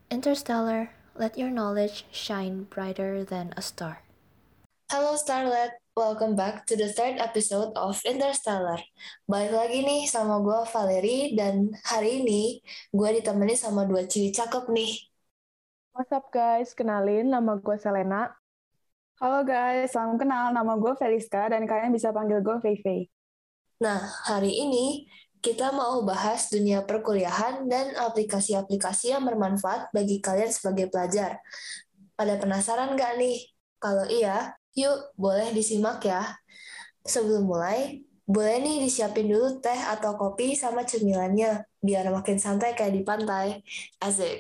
Interstellar, let your knowledge shine brighter than a star. Halo Starlet, welcome back to the third episode of Interstellar. Balik lagi nih sama gue Valerie dan hari ini gue ditemani sama dua cewek cakep nih. What's up guys, kenalin nama gue Selena. Halo guys, salam kenal. Nama gue Feliska dan kalian bisa panggil gue Fei. Nah, hari ini kita mau bahas dunia perkuliahan dan aplikasi-aplikasi yang bermanfaat bagi kalian sebagai pelajar. Pada penasaran nggak nih? Kalau iya, yuk boleh disimak ya. Sebelum mulai, boleh nih disiapin dulu teh atau kopi sama cemilannya, biar makin santai kayak di pantai. Asik.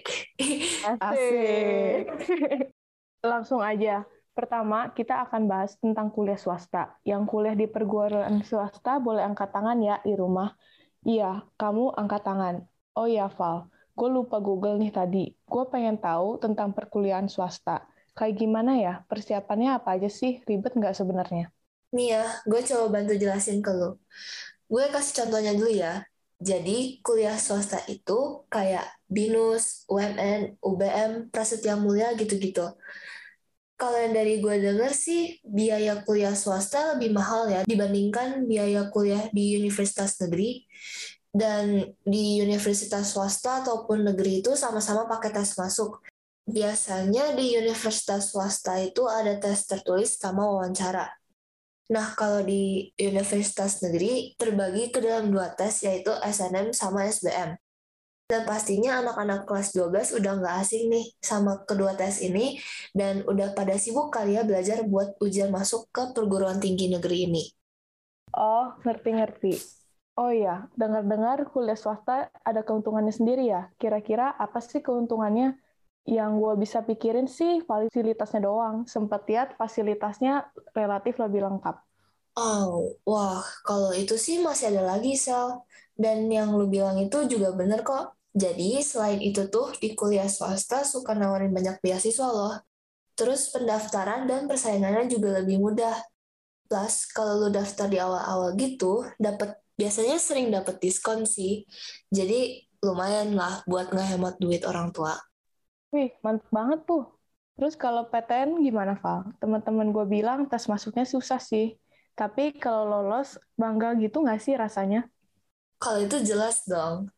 Asik. Langsung aja. Pertama, kita akan bahas tentang kuliah swasta. Yang kuliah di perguruan swasta boleh angkat tangan ya di rumah. Iya, kamu angkat tangan. Oh iya, Val. Gue lupa Google nih tadi. Gue pengen tahu tentang perkuliahan swasta. Kayak gimana ya? Persiapannya apa aja sih? Ribet nggak sebenarnya? Nih ya, gue coba bantu jelasin ke lu. Gue kasih contohnya dulu ya. Jadi, kuliah swasta itu kayak BINUS, UMN, UBM, Prasetya Mulia gitu-gitu. Kalau yang dari gue denger sih, biaya kuliah swasta lebih mahal ya dibandingkan biaya kuliah di universitas negeri. Dan di universitas swasta ataupun negeri itu sama-sama pakai tes masuk. Biasanya di universitas swasta itu ada tes tertulis sama wawancara. Nah, kalau di universitas negeri terbagi ke dalam dua tes, yaitu SNM sama SBM. Dan pastinya anak-anak kelas 12 udah nggak asing nih sama kedua tes ini, dan udah pada sibuk kali ya belajar buat ujian masuk ke perguruan tinggi negeri ini. Oh, ngerti-ngerti. Oh iya, dengar-dengar kuliah swasta ada keuntungannya sendiri ya. Kira-kira apa sih keuntungannya? Yang gue bisa pikirin sih fasilitasnya doang. Sempat lihat fasilitasnya relatif lebih lengkap. Oh, wah, kalau itu sih masih ada lagi, Sel. Dan yang lu bilang itu juga bener kok. Jadi, selain itu tuh, di kuliah swasta suka nawarin banyak beasiswa loh. Terus pendaftaran dan persaingannya juga lebih mudah. Plus, kalau lu daftar di awal-awal gitu, biasanya sering dapat diskon sih. Jadi, lumayan lah buat ngehemat duit orang tua. Wih, mantep banget tuh. Terus kalau PTN gimana, Val? Teman-teman gue bilang tes masuknya susah sih. Tapi kalau lolos, bangga gitu nggak sih rasanya? Kalau itu jelas dong.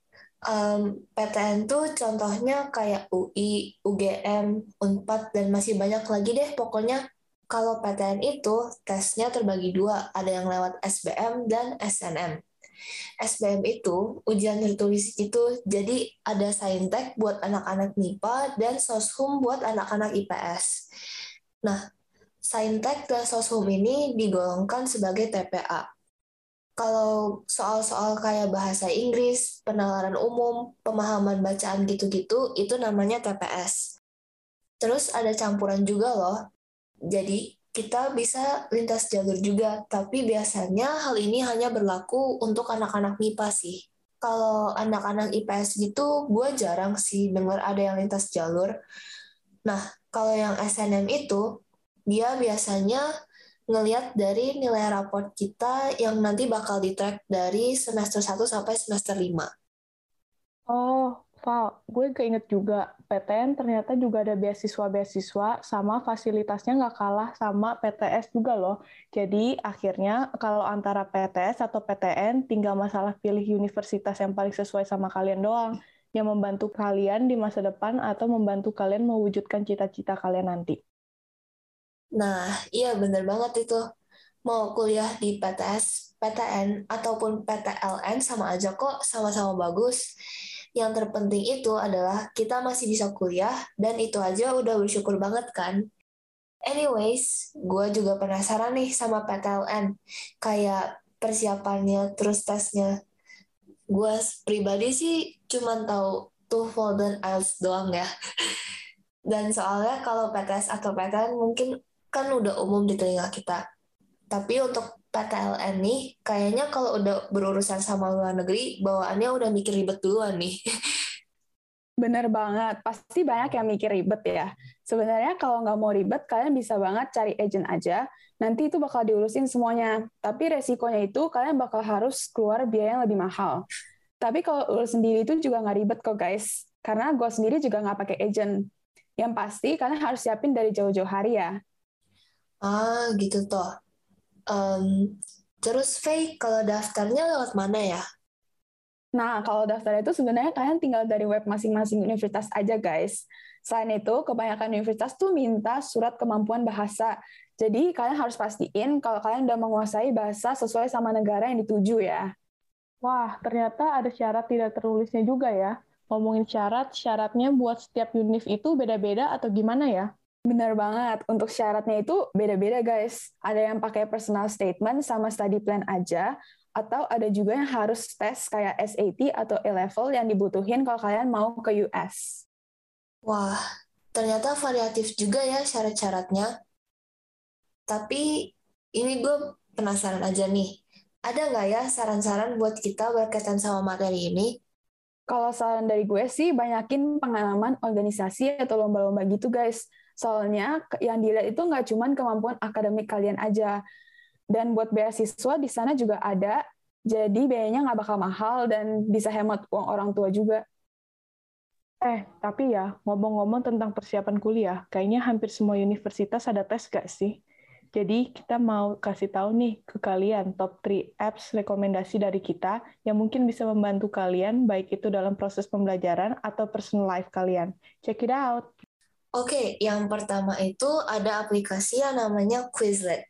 PTN tuh contohnya kayak UI, UGM, Unpad, dan masih banyak lagi deh pokoknya. Kalau PTN itu tesnya terbagi dua, ada yang lewat SBM dan SNM. SBM itu ujian tertulis itu, jadi ada Saintek buat anak-anak MIPA dan Soshum buat anak-anak IPS. Nah, Saintek dan Soshum ini digolongkan sebagai TPA. Kalau soal-soal kayak bahasa Inggris, penalaran umum, pemahaman bacaan gitu-gitu, itu namanya TPS. Terus ada campuran juga loh. Jadi kita bisa lintas jalur juga, tapi biasanya hal ini hanya berlaku untuk anak-anak MIPA sih. Kalau anak-anak IPS gitu, gue jarang sih dengar ada yang lintas jalur. Nah, kalau yang SNM itu, dia biasanya ngelihat dari nilai raport kita yang nanti bakal di-track dari semester 1 sampai semester 5. Oh, Val, gue keinget juga, PTN ternyata juga ada beasiswa-beasiswa sama fasilitasnya nggak kalah sama PTS juga loh. Jadi akhirnya kalau antara PTS atau PTN tinggal masalah pilih universitas yang paling sesuai sama kalian doang, yang membantu kalian di masa depan atau membantu kalian mewujudkan cita-cita kalian nanti. Nah, iya bener banget itu. Mau kuliah di PTS, PTN, ataupun PTLN sama aja kok, sama-sama bagus. Yang terpenting itu adalah kita masih bisa kuliah, dan itu aja udah bersyukur banget kan. Anyways, gue juga penasaran nih sama PTLN. Kayak persiapannya, terus tesnya. Gue pribadi sih cuman tahu TOEFL dan IELTS doang ya. Dan soalnya kalau PTS atau PTN mungkin kan udah umum di telinga kita. Tapi untuk PTLN nih, kayaknya kalau udah berurusan sama luar negeri, bawaannya udah mikir ribet duluan nih. Bener banget, pasti banyak yang mikir ribet ya. Sebenarnya kalau nggak mau ribet, kalian bisa banget cari agent aja. Nanti itu bakal diurusin semuanya. Tapi resikonya itu kalian bakal harus keluar biaya yang lebih mahal. Tapi kalau urus sendiri itu juga nggak ribet kok guys. Karena gue sendiri juga nggak pakai agent. Yang pasti kalian harus siapin dari jauh-jauh hari ya. Ah, gitu toh. Terus Faye, kalau daftarnya lewat mana ya? Nah, kalau daftar itu sebenarnya kalian tinggal dari web masing-masing universitas aja, guys. Selain itu, kebanyakan universitas tuh minta surat kemampuan bahasa. Jadi, kalian harus pastiin kalau kalian udah menguasai bahasa sesuai sama negara yang dituju ya. Wah, ternyata ada syarat tidak tertulisnya juga ya. Ngomongin syarat, syaratnya buat setiap univ itu beda-beda atau gimana ya? Benar banget, untuk syaratnya itu beda-beda, guys. Ada yang pakai personal statement sama study plan aja, atau ada juga yang harus tes kayak SAT atau A-level yang dibutuhin kalau kalian mau ke US. Wah, ternyata variatif juga ya syarat-syaratnya. Tapi ini gue penasaran aja nih. Ada nggak ya saran-saran buat kita berkaitan sama materi ini? Kalau saran dari gue sih, banyakin pengalaman organisasi atau lomba-lomba gitu, guys. Soalnya yang dilihat itu nggak cuma kemampuan akademik kalian aja. Dan buat beasiswa di sana juga ada, jadi biayanya nggak bakal mahal dan bisa hemat uang orang tua juga. Tapi ya, ngomong-ngomong tentang persiapan kuliah, kayaknya hampir semua universitas ada tes gak sih? Jadi, kita mau kasih tahu nih ke kalian top 3 apps rekomendasi dari kita yang mungkin bisa membantu kalian, baik itu dalam proses pembelajaran atau personal life kalian. Check it out! Oke, yang pertama itu ada aplikasi yang namanya Quizlet.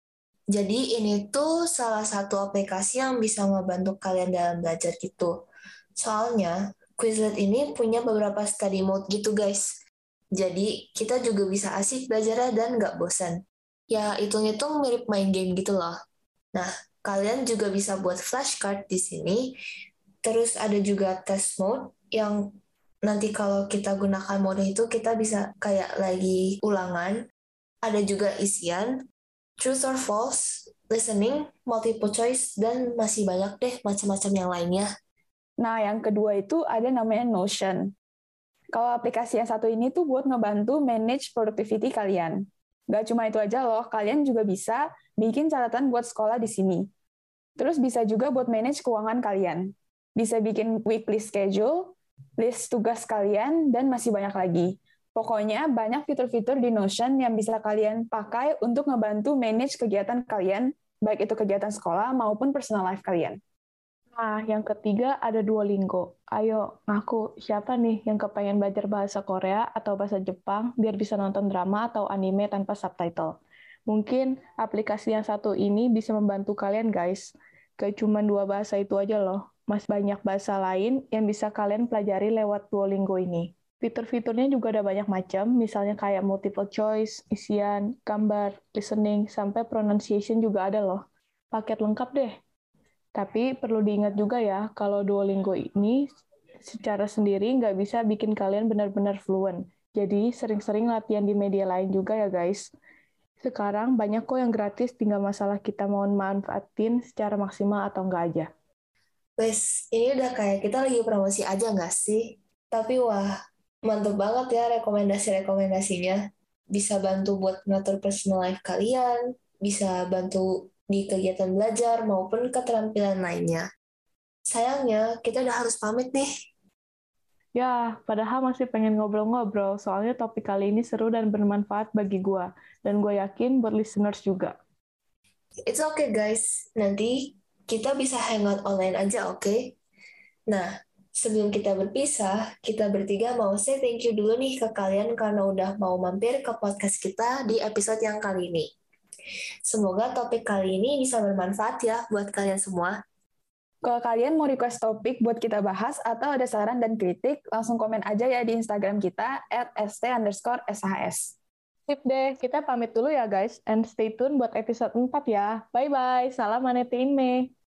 Jadi ini tuh salah satu aplikasi yang bisa membantu kalian dalam belajar gitu. Soalnya Quizlet ini punya beberapa study mode gitu guys. Jadi kita juga bisa asik belajarnya dan nggak bosan. Ya hitung-hitung mirip main game gitu loh. Nah, kalian juga bisa buat flashcard di sini. Terus ada juga test mode yang nanti kalau kita gunakan mode itu kita bisa kayak lagi ulangan. Ada juga isian, truth or false, listening, multiple choice, dan masih banyak deh macam-macam yang lainnya. Nah, yang kedua itu ada namanya Notion. Kalau aplikasi yang satu ini tuh buat ngebantu manage productivity kalian. Gak cuma itu aja loh, kalian juga bisa bikin catatan buat sekolah di sini. Terus bisa juga buat manage keuangan kalian. Bisa bikin weekly schedule, list tugas kalian, dan masih banyak lagi. Pokoknya banyak fitur-fitur di Notion yang bisa kalian pakai untuk ngebantu manage kegiatan kalian, baik itu kegiatan sekolah maupun personal life kalian. Nah, yang ketiga ada Duolingo. Ayo, ngaku siapa nih yang kepengen belajar bahasa Korea atau bahasa Jepang biar bisa nonton drama atau anime tanpa subtitle. Mungkin aplikasi yang satu ini bisa membantu kalian, guys. Gak cuma 2 bahasa itu aja loh. Masih banyak bahasa lain yang bisa kalian pelajari lewat Duolingo ini. Fitur-fiturnya juga ada banyak macam, misalnya kayak multiple choice, isian, gambar, listening, sampai pronunciation juga ada loh. Paket lengkap deh. Tapi perlu diingat juga ya, kalau Duolingo ini secara sendiri nggak bisa bikin kalian benar-benar fluent. Jadi sering-sering latihan di media lain juga ya guys. Sekarang banyak kok yang gratis, tinggal masalah kita mau manfaatin secara maksimal atau nggak aja. Wes, ini udah kayak kita lagi promosi aja nggak sih? Tapi wah, mantep banget ya rekomendasi-rekomendasinya. Bisa bantu buat ngatur personal life kalian, bisa bantu di kegiatan belajar maupun keterampilan lainnya. Sayangnya, kita udah harus pamit nih. Ya, padahal masih pengen ngobrol-ngobrol, soalnya topik kali ini seru dan bermanfaat bagi gue. Dan gue yakin buat listeners juga. It's okay guys, nanti kita bisa hangout online aja, oke? Nah, sebelum kita berpisah, kita bertiga mau say thank you dulu nih ke kalian karena udah mau mampir ke podcast kita di episode yang kali ini. Semoga topik kali ini bisa bermanfaat ya buat kalian semua. Kalau kalian mau request topik buat kita bahas atau ada saran dan kritik, langsung komen aja ya di Instagram kita @st_shs. Sip deh, kita pamit dulu ya guys, and stay tune buat episode 4 ya. Bye-bye, salam Manete Inme.